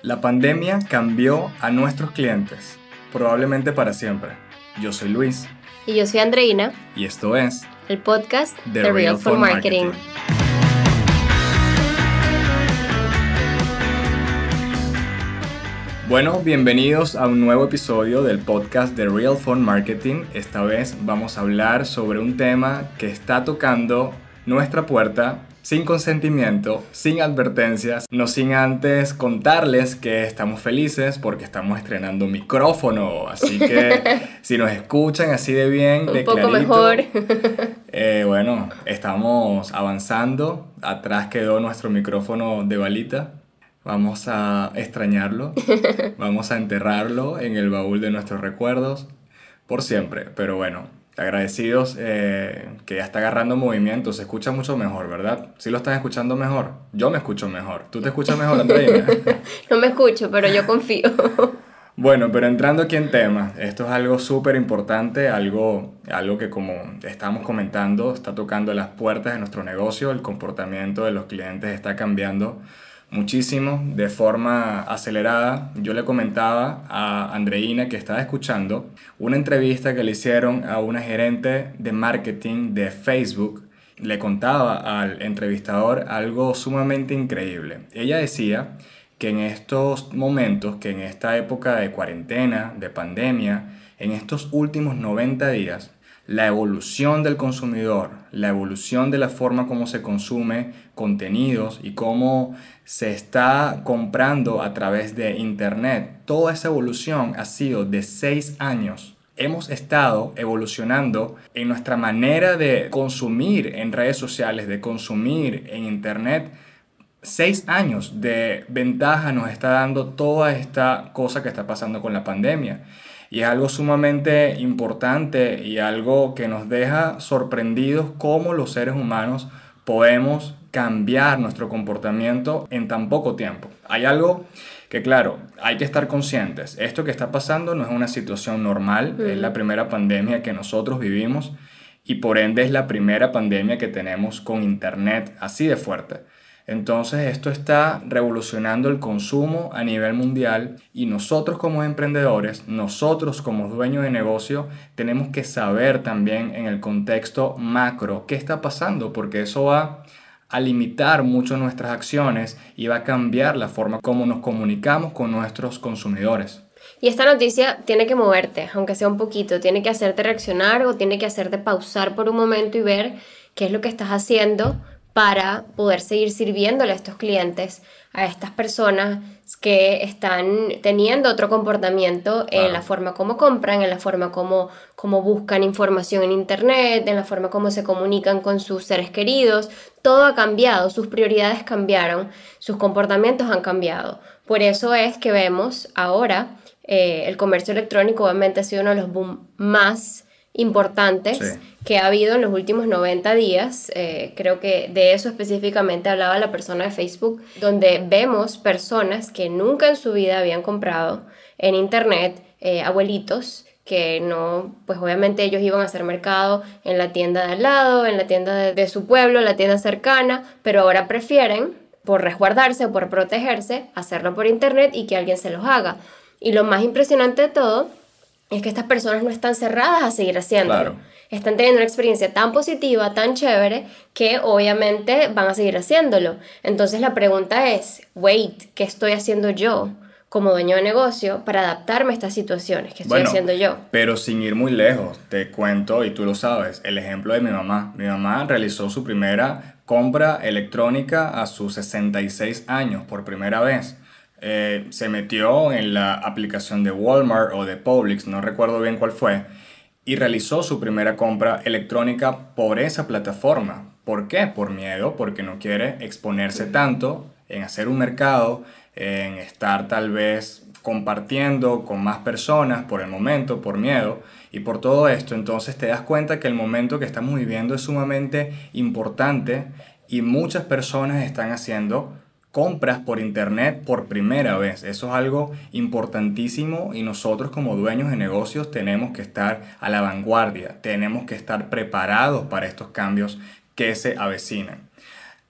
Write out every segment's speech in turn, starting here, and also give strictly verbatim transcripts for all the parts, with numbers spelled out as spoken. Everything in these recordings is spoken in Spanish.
La pandemia cambió a nuestros clientes, probablemente para siempre. Yo soy Luis. Y yo soy Andreina. Y esto es el podcast The, The Real Phone Marketing. Marketing. Bueno, bienvenidos a un nuevo episodio del podcast The Real Phone Marketing. Esta vez vamos a hablar sobre un tema que está tocando nuestra puerta sin consentimiento, sin advertencias, no sin antes contarles que estamos felices porque estamos estrenando micrófono, así que si nos escuchan así de bien, de un poco clarito, mejor. eh, bueno, estamos avanzando. Atrás quedó nuestro micrófono de balita. Vamos a extrañarlo, vamos a enterrarlo en el baúl de nuestros recuerdos por siempre, pero bueno. Agradecidos eh, que ya está agarrando movimiento, se escucha mucho mejor, ¿verdad? ¿Sí lo están escuchando mejor? Yo me escucho mejor. ¿Tú te escuchas mejor, Andreina? No me escucho, pero yo confío. Bueno, pero entrando aquí en tema, esto es algo súper importante, algo, algo que como estamos comentando, está tocando las puertas de nuestro negocio, el comportamiento de los clientes está cambiando muchísimo, de forma acelerada. Yo le comentaba a Andreina que estaba escuchando una entrevista que le hicieron a una gerente de marketing de Facebook. Le contaba al entrevistador algo sumamente increíble. Ella decía que en estos momentos, que en esta época de cuarentena, de pandemia, en estos últimos noventa días, la evolución del consumidor, la evolución de la forma como se consume contenidos y cómo se está comprando a través de internet, toda esa evolución ha sido de seis años. Hemos estado evolucionando en nuestra manera de consumir en redes sociales, de consumir en internet. Seis años de ventaja nos está dando toda esta cosa que está pasando con la pandemia. Y es algo sumamente importante y algo que nos deja sorprendidos cómo los seres humanos podemos cambiar nuestro comportamiento en tan poco tiempo. Hay algo que, claro, hay que estar conscientes. Esto que está pasando no es una situación normal, uh-huh. Es la primera pandemia que nosotros vivimos y por ende es la primera pandemia que tenemos con internet así de fuerte. Entonces esto está revolucionando el consumo a nivel mundial y nosotros como emprendedores, nosotros como dueños de negocio, tenemos que saber también en el contexto macro qué está pasando, porque eso va a limitar mucho nuestras acciones y va a cambiar la forma como nos comunicamos con nuestros consumidores. Y esta noticia tiene que moverte, aunque sea un poquito, tiene que hacerte reaccionar o tiene que hacerte pausar por un momento y ver qué es lo que estás haciendo para poder seguir sirviéndole a estos clientes, a estas personas que están teniendo otro comportamiento en la forma como compran, en la forma como, como buscan información en internet, en la forma como se comunican con sus seres queridos. Todo ha cambiado, sus prioridades cambiaron, sus comportamientos han cambiado. Por eso es que vemos ahora eh, el comercio electrónico obviamente ha sido uno de los boom más importantes sí. que ha habido en los últimos noventa días. Eh, creo que de eso específicamente hablaba la persona de Facebook, donde vemos personas que nunca en su vida habían comprado en internet, eh, abuelitos que no, pues obviamente ellos iban a hacer mercado en la tienda de al lado, en la tienda de, de su pueblo, la tienda cercana, pero ahora prefieren, por resguardarse o por protegerse, hacerlo por internet y que alguien se los haga. Y lo más impresionante de todo es que estas personas no están cerradas a seguir haciéndolo. Claro. Están teniendo una experiencia tan positiva, tan chévere, que obviamente van a seguir haciéndolo. Entonces la pregunta es, wait, ¿qué estoy haciendo yo como dueño de negocio para adaptarme a estas situaciones? ¿Qué estoy bueno, haciendo yo? Pero sin ir muy lejos, te cuento, y tú lo sabes, el ejemplo de mi mamá. Mi mamá realizó su primera compra electrónica a sus sesenta y seis años por primera vez. Eh, se metió en la aplicación de Walmart o de Publix, no recuerdo bien cuál fue, y realizó su primera compra electrónica por esa plataforma. ¿Por qué? Por miedo, porque no quiere exponerse tanto en hacer un mercado, en estar tal vez compartiendo con más personas por el momento, por miedo y por todo esto. Entonces te das cuenta que el momento que estamos viviendo es sumamente importante y muchas personas están haciendo compras por internet por primera vez. Eso es algo importantísimo y nosotros como dueños de negocios tenemos que estar a la vanguardia, tenemos que estar preparados para estos cambios que se avecinan.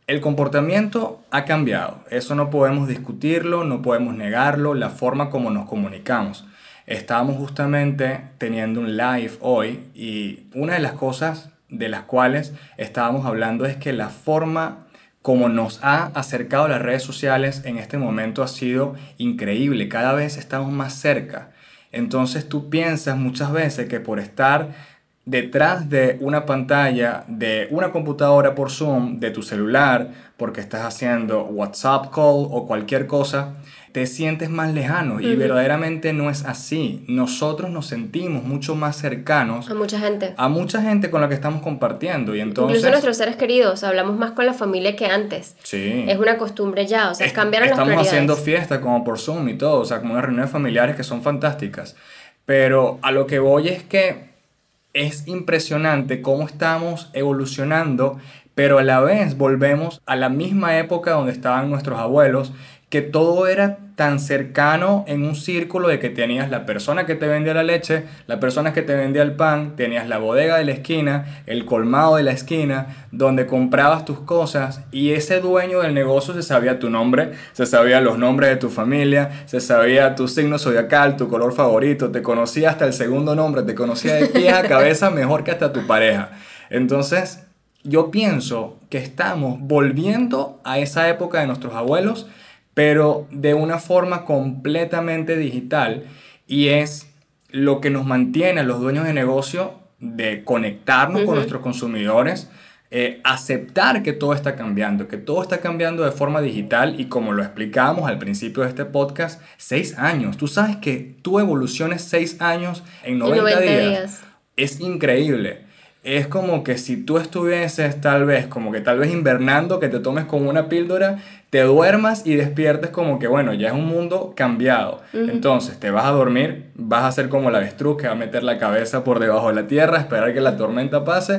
El comportamiento ha cambiado, eso no podemos discutirlo, no podemos negarlo, la forma como nos comunicamos. Estábamos justamente teniendo un live hoy y una de las cosas de las cuales estábamos hablando es que la forma como nos ha acercado las redes sociales en este momento ha sido increíble, cada vez estamos más cerca. Entonces tú piensas muchas veces que por estar detrás de una pantalla, de una computadora por Zoom, de tu celular, porque estás haciendo WhatsApp call o cualquier cosa, te sientes más lejano. Uh-huh. Y verdaderamente no es así. Nosotros nos sentimos mucho más cercanos a mucha gente. A mucha gente con la que estamos compartiendo. Y entonces, incluso nuestros seres queridos, hablamos más con la familia que antes. Sí. Es una costumbre ya, o sea, es, cambiaron las prioridades. Estamos haciendo fiestas como por Zoom y todo, o sea, como unas reuniones familiares que son fantásticas. Pero a lo que voy es que es impresionante cómo estamos evolucionando, pero a la vez volvemos a la misma época donde estaban nuestros abuelos, que todo era tan cercano en un círculo de que tenías la persona que te vendía la leche, la persona que te vendía el pan, tenías la bodega de la esquina, el colmado de la esquina, donde comprabas tus cosas y ese dueño del negocio se sabía tu nombre, se sabía los nombres de tu familia, se sabía tu signo zodiacal, tu color favorito, te conocía hasta el segundo nombre, te conocía de pies a cabeza mejor que hasta tu pareja. Entonces, yo pienso que estamos volviendo a esa época de nuestros abuelos, pero de una forma completamente digital, y es lo que nos mantiene a los dueños de negocio de conectarnos uh-huh. con nuestros consumidores, eh, aceptar que todo está cambiando, que todo está cambiando de forma digital, y como lo explicábamos al principio de este podcast, seis años. Tú sabes que tú evoluciones seis años en noventa días. Es increíble. Es como que si tú estuvieses tal vez, como que tal vez invernando, que te tomes como una píldora, te duermas y despiertes como que bueno, ya es un mundo cambiado. Uh-huh. Entonces te vas a dormir, vas a ser como el avestruz que va a meter la cabeza por debajo de la tierra, esperar que la tormenta pase,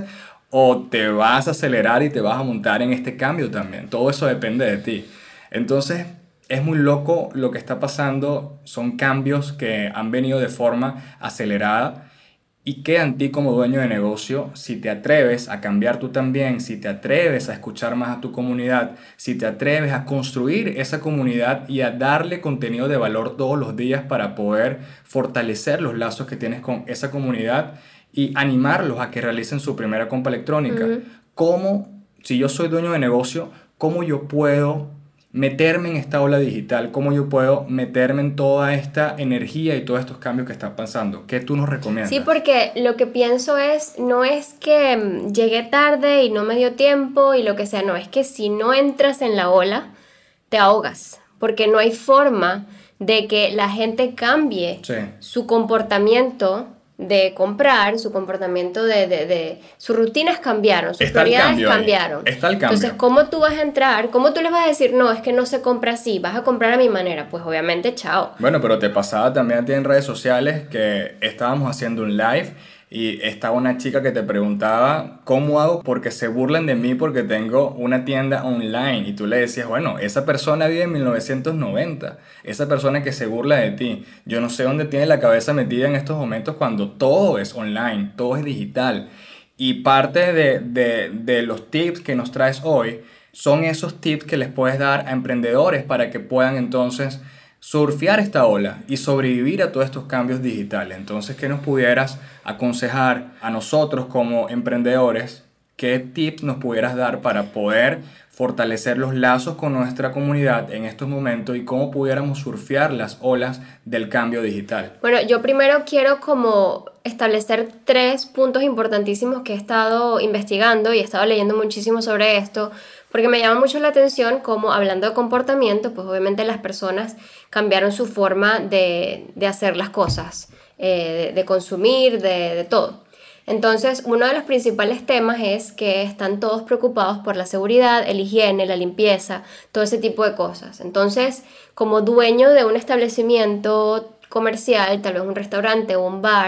o te vas a acelerar y te vas a montar en este cambio también. Todo eso depende de ti. Entonces es muy loco lo que está pasando, son cambios que han venido de forma acelerada. Y queda en ti como dueño de negocio si te atreves a cambiar tú también, si te atreves a escuchar más a tu comunidad, si te atreves a construir esa comunidad y a darle contenido de valor todos los días para poder fortalecer los lazos que tienes con esa comunidad y animarlos a que realicen su primera compra electrónica. Uh-huh. ¿Cómo, si yo soy dueño de negocio, cómo yo puedo meterme en esta ola digital? ¿Cómo yo puedo meterme en toda esta energía y todos estos cambios que están pasando? ¿Qué tú nos recomiendas? Sí, porque lo que pienso es, no es que llegué tarde y no me dio tiempo y lo que sea, no, es que si no entras en la ola, te ahogas, porque no hay forma de que la gente cambie sí. su comportamiento de comprar, su comportamiento de, de, de sus rutinas cambiaron, sus Está prioridades cambiaron. Está el cambio. Entonces, ¿cómo tú vas a entrar? ¿Cómo tú les vas a decir, no, es que no se compra así, vas a comprar a mi manera? Pues obviamente, chao. Bueno, pero te pasaba también a ti en redes sociales que estábamos haciendo un live y estaba una chica que te preguntaba ¿cómo hago? Porque se burlan de mí porque tengo una tienda online, y tú le decías, bueno, esa persona vive en mil novecientos noventa, esa persona que se burla de ti, yo no sé dónde tiene la cabeza metida en estos momentos cuando todo es online, todo es digital. Y parte de, de, de los tips que nos traes hoy son esos tips que les puedes dar a emprendedores para que puedan entonces surfear esta ola y sobrevivir a todos estos cambios digitales. Entonces, ¿qué nos pudieras aconsejar a nosotros como emprendedores? ¿Qué tips nos pudieras dar para poder fortalecer los lazos con nuestra comunidad en estos momentos y cómo pudiéramos surfear las olas del cambio digital? Bueno, yo primero quiero como establecer tres puntos importantísimos que he estado investigando y he estado leyendo muchísimo sobre esto, porque me llama mucho la atención como, hablando de comportamiento, pues obviamente las personas cambiaron su forma de, de hacer las cosas, eh, de, de consumir, de, de todo. Entonces, uno de los principales temas es que están todos preocupados por la seguridad, el higiene, la limpieza, todo ese tipo de cosas. Entonces, como dueño de un establecimiento comercial, tal vez un restaurante o un bar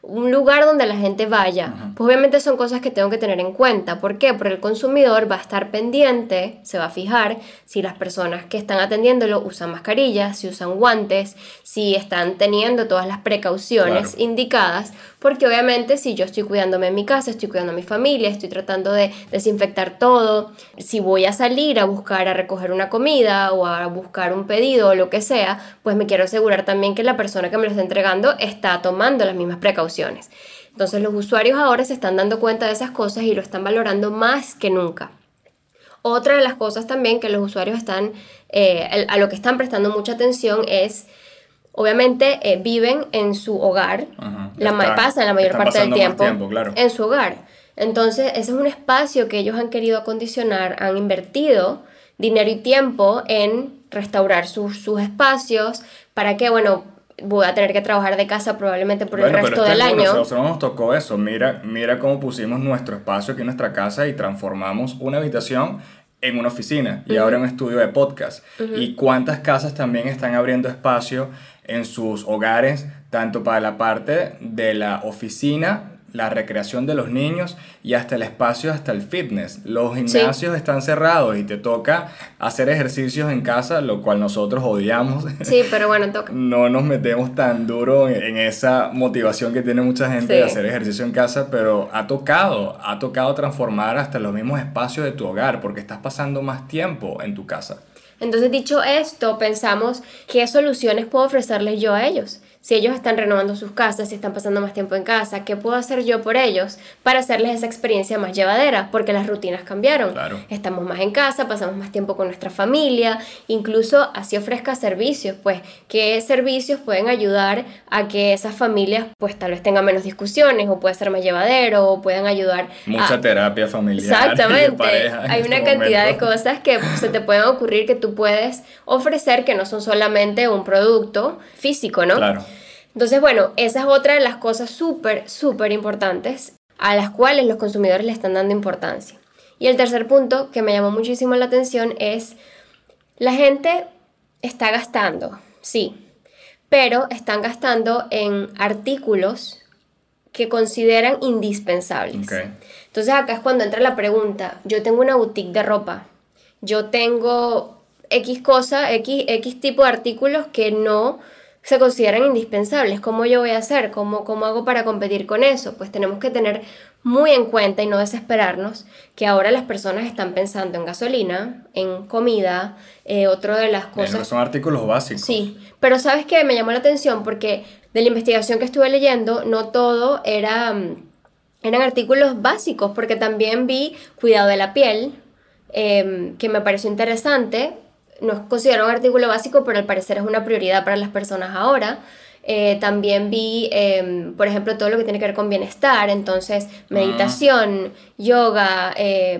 un lugar donde la gente vaya. Uh-huh. Pues obviamente son cosas que tengo que tener en cuenta. ¿Por qué? Porque el consumidor va a estar pendiente, se va a fijar si las personas que están atendiéndolo usan mascarillas, si usan guantes, si están teniendo todas las precauciones claro. indicadas, porque obviamente si yo estoy cuidándome en mi casa, estoy cuidando a mi familia, estoy tratando de desinfectar todo, si voy a salir a buscar, a recoger una comida o a buscar un pedido o lo que sea, pues me quiero asegurar también que la persona que me lo está entregando está tomando las mismas precauciones. Entonces los usuarios ahora se están dando cuenta de esas cosas y lo están valorando más que nunca. Otra de las cosas también que los usuarios están, eh, a lo que están prestando mucha atención es, obviamente eh, viven en su hogar, uh-huh. la, Está, pasan la mayor parte del tiempo, tiempo claro. en su hogar. Entonces ese es un espacio que ellos han querido acondicionar, han invertido dinero y tiempo en restaurar sus, sus espacios para que, bueno, voy a tener que trabajar de casa probablemente por bueno, el resto pero este del es año. A nosotros nos tocó eso. Mira, mira cómo pusimos nuestro espacio aquí en nuestra casa y transformamos una habitación en una oficina y uh-huh. ahora en un estudio de podcast. Uh-huh. Y cuántas casas también están abriendo espacio en sus hogares, tanto para la parte de la oficina, la recreación de los niños y hasta el espacio, hasta el fitness. Los gimnasios sí. están cerrados y te toca hacer ejercicios en casa, lo cual nosotros odiamos. Sí, pero bueno, toca. No nos metemos tan duro en esa motivación que tiene mucha gente sí. de hacer ejercicio en casa, pero ha tocado, ha tocado transformar hasta los mismos espacios de tu hogar porque estás pasando más tiempo en tu casa. Entonces, dicho esto, pensamos qué soluciones puedo ofrecerles yo a ellos. Si ellos están renovando sus casas, si están pasando más tiempo en casa, ¿qué puedo hacer yo por ellos para hacerles esa experiencia más llevadera? Porque las rutinas cambiaron. Claro. Estamos más en casa, pasamos más tiempo con nuestra familia, incluso así ofrezca servicios, pues, ¿qué servicios pueden ayudar a que esas familias, pues, tal vez tengan menos discusiones o pueda ser más llevadero o puedan ayudar Mucha a... terapia familiar. Exactamente. De pareja Hay en una este cantidad momento. de cosas que se te pueden ocurrir que tú puedes ofrecer que no son solamente un producto físico, ¿no? Claro. Entonces, bueno, esa es otra de las cosas súper, súper importantes a las cuales los consumidores le están dando importancia. Y el tercer punto que me llamó muchísimo la atención es la gente está gastando, sí, pero están gastando en artículos que consideran indispensables. Okay. Entonces acá es cuando entra la pregunta, yo tengo una boutique de ropa, yo tengo X cosa, X, X tipo de artículos que no se consideran indispensables. ¿Cómo yo voy a hacer? ¿Cómo, cómo hago para competir con eso? Pues tenemos que tener muy en cuenta y no desesperarnos que ahora las personas están pensando en gasolina, en comida, eh, otro de las cosas... Bueno, son artículos básicos. Sí, pero ¿sabes qué? Me llamó la atención porque de la investigación que estuve leyendo, no todo era, eran artículos básicos, porque también vi cuidado de la piel, eh, que me pareció interesante. No es considerado un artículo básico, pero al parecer es una prioridad para las personas ahora. Eh, también vi, eh, por ejemplo, todo lo que tiene que ver con bienestar, entonces meditación, ah. yoga, eh,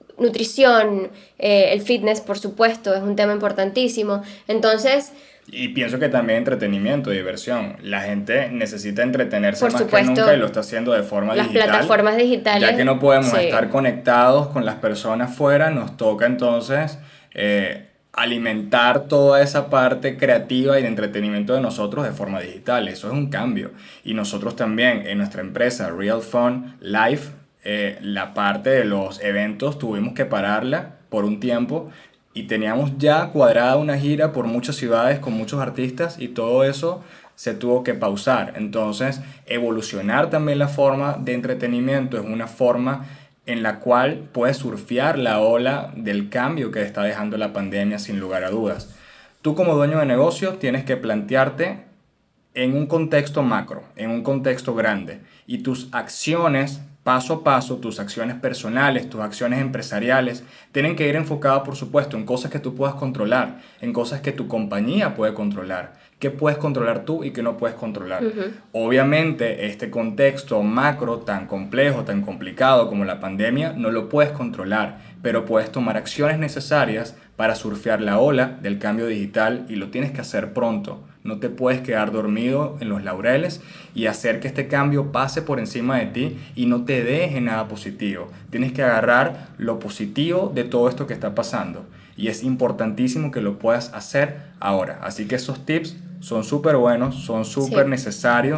nutrición, eh, el fitness, por supuesto, es un tema importantísimo. Entonces... Y pienso que también entretenimiento, diversión. La gente necesita entretenerse por más supuesto, que nunca y lo está haciendo de forma las digital. Las plataformas digitales. Ya que no podemos sí. estar conectados con las personas fuera, nos toca entonces... Eh, alimentar toda esa parte creativa y de entretenimiento de nosotros de forma digital. Eso es un cambio. Y nosotros también en nuestra empresa Real Fun Live, eh, la parte de los eventos tuvimos que pararla por un tiempo y teníamos ya cuadrada una gira por muchas ciudades con muchos artistas y todo eso se tuvo que pausar. Entonces, evolucionar también la forma de entretenimiento es una forma en la cual puedes surfear la ola del cambio que está dejando la pandemia sin lugar a dudas. Tú como dueño de negocio tienes que plantearte en un contexto macro, en un contexto grande, y tus acciones paso a paso, tus acciones personales, tus acciones empresariales, tienen que ir enfocadas, por supuesto, en cosas que tú puedas controlar, en cosas que tu compañía puede controlar. ¿Qué puedes controlar tú y qué no puedes controlar? Uh-huh. Obviamente, este contexto macro tan complejo, tan complicado como la pandemia, no lo puedes controlar, pero puedes tomar acciones necesarias para surfear la ola del cambio digital y lo tienes que hacer pronto. No te puedes quedar dormido en los laureles y hacer que este cambio pase por encima de ti y no te deje nada positivo. Tienes que agarrar lo positivo de todo esto que está pasando y es importantísimo que lo puedas hacer ahora. Así que esos tips son súper buenos, son súper sí. necesarios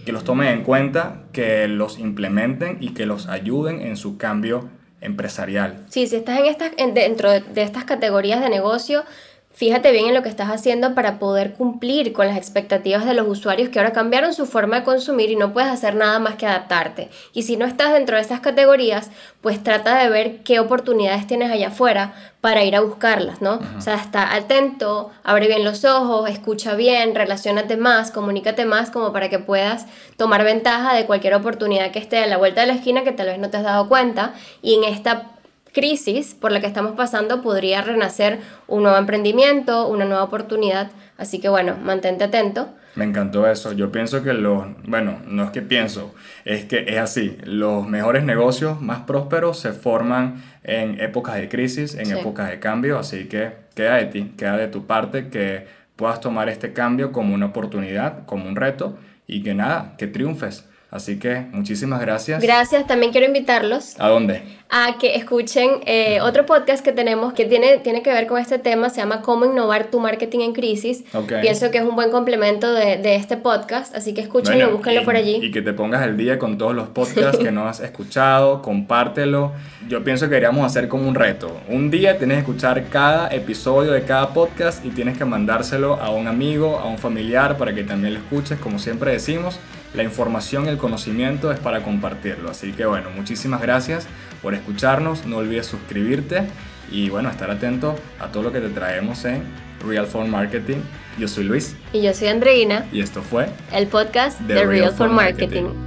que los tomen en cuenta, que los implementen y que los ayuden en su cambio empresarial. Sí, si estás en estas, en, dentro de, de estas categorías de negocio, fíjate bien en lo que estás haciendo para poder cumplir con las expectativas de los usuarios que ahora cambiaron su forma de consumir y no puedes hacer nada más que adaptarte. Y si no estás dentro de esas categorías, pues trata de ver qué oportunidades tienes allá afuera para ir a buscarlas, ¿no? Uh-huh. O sea, está atento, abre bien los ojos, escucha bien, relaciónate más, comunícate más como para que puedas tomar ventaja de cualquier oportunidad que esté a la vuelta de la esquina que tal vez no te has dado cuenta. Y en esta crisis por la que estamos pasando podría renacer un nuevo emprendimiento, una nueva oportunidad, así que bueno, mantente atento. Me encantó eso. Yo pienso que los, bueno, no es que pienso, es que es así. Los mejores negocios más prósperos se forman en épocas de crisis, en sí. épocas de cambio, así que queda de ti, queda de tu parte que puedas tomar este cambio como una oportunidad, como un reto y que nada, que triunfes. Así que muchísimas gracias. Gracias, también quiero invitarlos. ¿A dónde? A que escuchen eh, otro podcast que tenemos que tiene, tiene que ver con este tema, se llama Cómo innovar tu marketing en crisis. Okay. Pienso que es un buen complemento de, de este podcast, así que escúchenlo, bueno, búsquenlo y, por allí. Y que te pongas al día con todos los podcasts que no has escuchado, compártelo. Yo pienso que deberíamos hacer como un reto. Un día tienes que escuchar cada episodio de cada podcast y tienes que mandárselo a un amigo, a un familiar para que también lo escuches, como siempre decimos. La información y el conocimiento es para compartirlo. Así que bueno, muchísimas gracias por escucharnos. No olvides suscribirte y bueno, estar atento a todo lo que te traemos en Real Form Marketing. Yo soy Luis. Y yo soy Andreina. Y esto fue el podcast de, de Real Form Marketing. Marketing.